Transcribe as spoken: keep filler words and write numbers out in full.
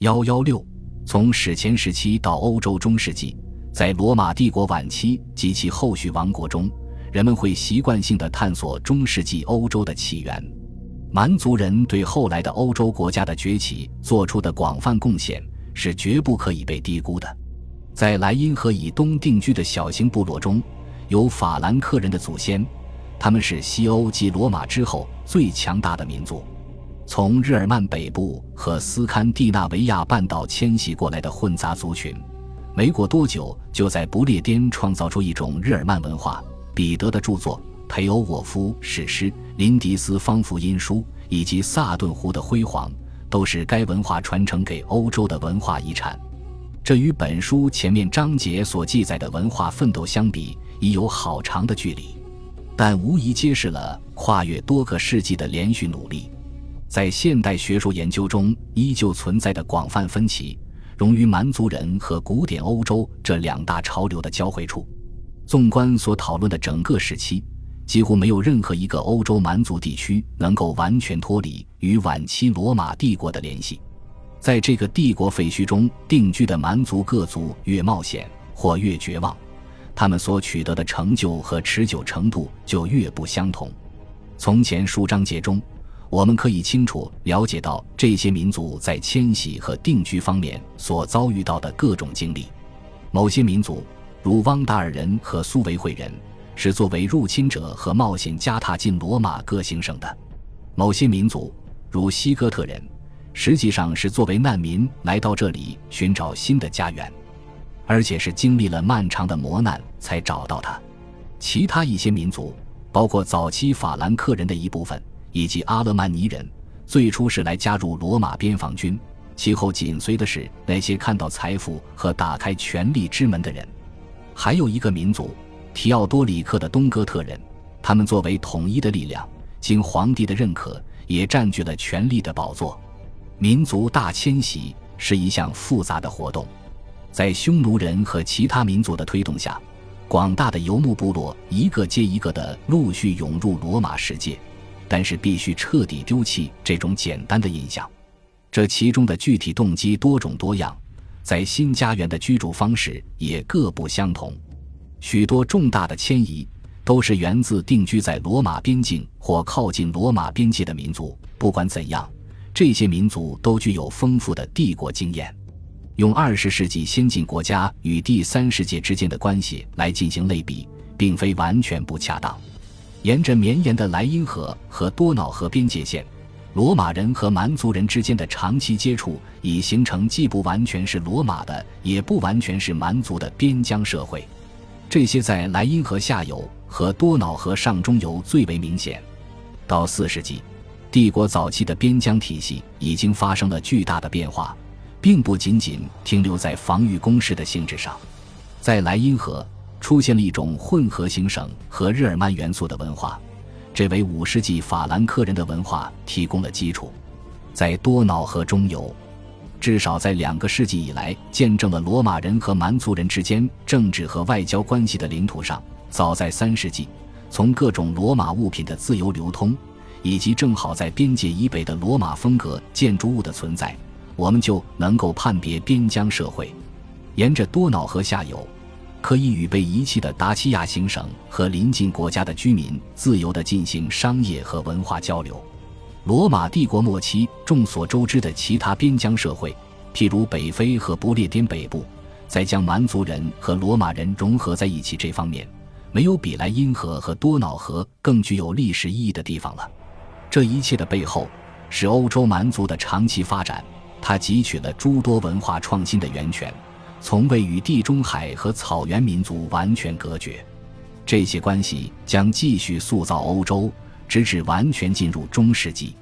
一一六从史前时期到欧洲中世纪，在罗马帝国晚期及其后续王国中，人们会习惯性地探索中世纪欧洲的起源。蛮族人对后来的欧洲国家的崛起做出的广泛贡献是绝不可以被低估的。在莱茵河以东定居的小型部落中，有法兰克人的祖先，他们是西欧继罗马之后最强大的民族。从日耳曼北部和斯堪的纳维亚半岛迁徙过来的混杂族群，没过多久就在不列颠创造出一种日耳曼文化。彼得的著作《培欧沃夫史诗》、林迪斯方福音书以及萨顿湖的辉煌，都是该文化传承给欧洲的文化遗产。这与本书前面章节所记载的文化奋斗相比，已有好长的距离，但无疑揭示了跨越多个世纪的连续努力。在现代学术研究中依旧存在的广泛分歧，融于蛮族人和古典欧洲这两大潮流的交汇处。纵观所讨论的整个时期，几乎没有任何一个欧洲蛮族地区能够完全脱离与晚期罗马帝国的联系。在这个帝国废墟中定居的蛮族各族越冒险或越绝望，他们所取得的成就和持久程度就越不相同。从前数章节中，我们可以清楚了解到这些民族在迁徙和定居方面所遭遇到的各种经历。某些民族，如汪达尔人和苏维会人，是作为入侵者和冒险家踏进罗马各行省的；某些民族，如西哥特人，实际上是作为难民来到这里寻找新的家园，而且是经历了漫长的磨难才找到它。其他一些民族，包括早期法兰克人的一部分以及阿勒曼尼人，最初是来加入罗马边防军，其后紧随的是那些看到财富和打开权力之门的人。还有一个民族，提奥多里克的东哥特人，他们作为统一的力量，经皇帝的认可，也占据了权力的宝座。民族大迁徙是一项复杂的活动，在匈奴人和其他民族的推动下，广大的游牧部落一个接一个地陆续涌入罗马世界，但是必须彻底丢弃这种简单的印象。这其中的具体动机多种多样，在新家园的居住方式也各不相同。许多重大的迁移都是源自定居在罗马边境或靠近罗马边界的民族。不管怎样，这些民族都具有丰富的帝国经验。用二十世纪先进国家与第三世界之间的关系来进行类比，并非完全不恰当。沿着绵延的莱茵河和多瑙河边界线，罗马人和蛮族人之间的长期接触已形成既不完全是罗马的，也不完全是蛮族的边疆社会。这些在莱茵河下游和多瑙河上中游最为明显。到四世纪，帝国早期的边疆体系已经发生了巨大的变化，并不仅仅停留在防御工事的性质上。在莱茵河出现了一种混合行省和日耳曼元素的文化，这为五世纪法兰克人的文化提供了基础。在多瑙河中游，至少在两个世纪以来见证了罗马人和蛮族人之间政治和外交关系的领土上，早在三世纪，从各种罗马物品的自由流通，以及正好在边界以北的罗马风格建筑物的存在，我们就能够判别边疆社会。沿着多瑙河下游，可以与被遗弃的达契亚行省和邻近国家的居民自由地进行商业和文化交流。罗马帝国末期众所周知的其他边疆社会，譬如北非和不列颠北部，在将蛮族人和罗马人融合在一起这方面，没有比莱茵河和多瑙河更具有历史意义的地方了。这一切的背后是欧洲蛮族的长期发展，它汲取了诸多文化创新的源泉，从未与地中海和草原民族完全隔绝。这些关系将继续塑造欧洲，直至完全进入中世纪。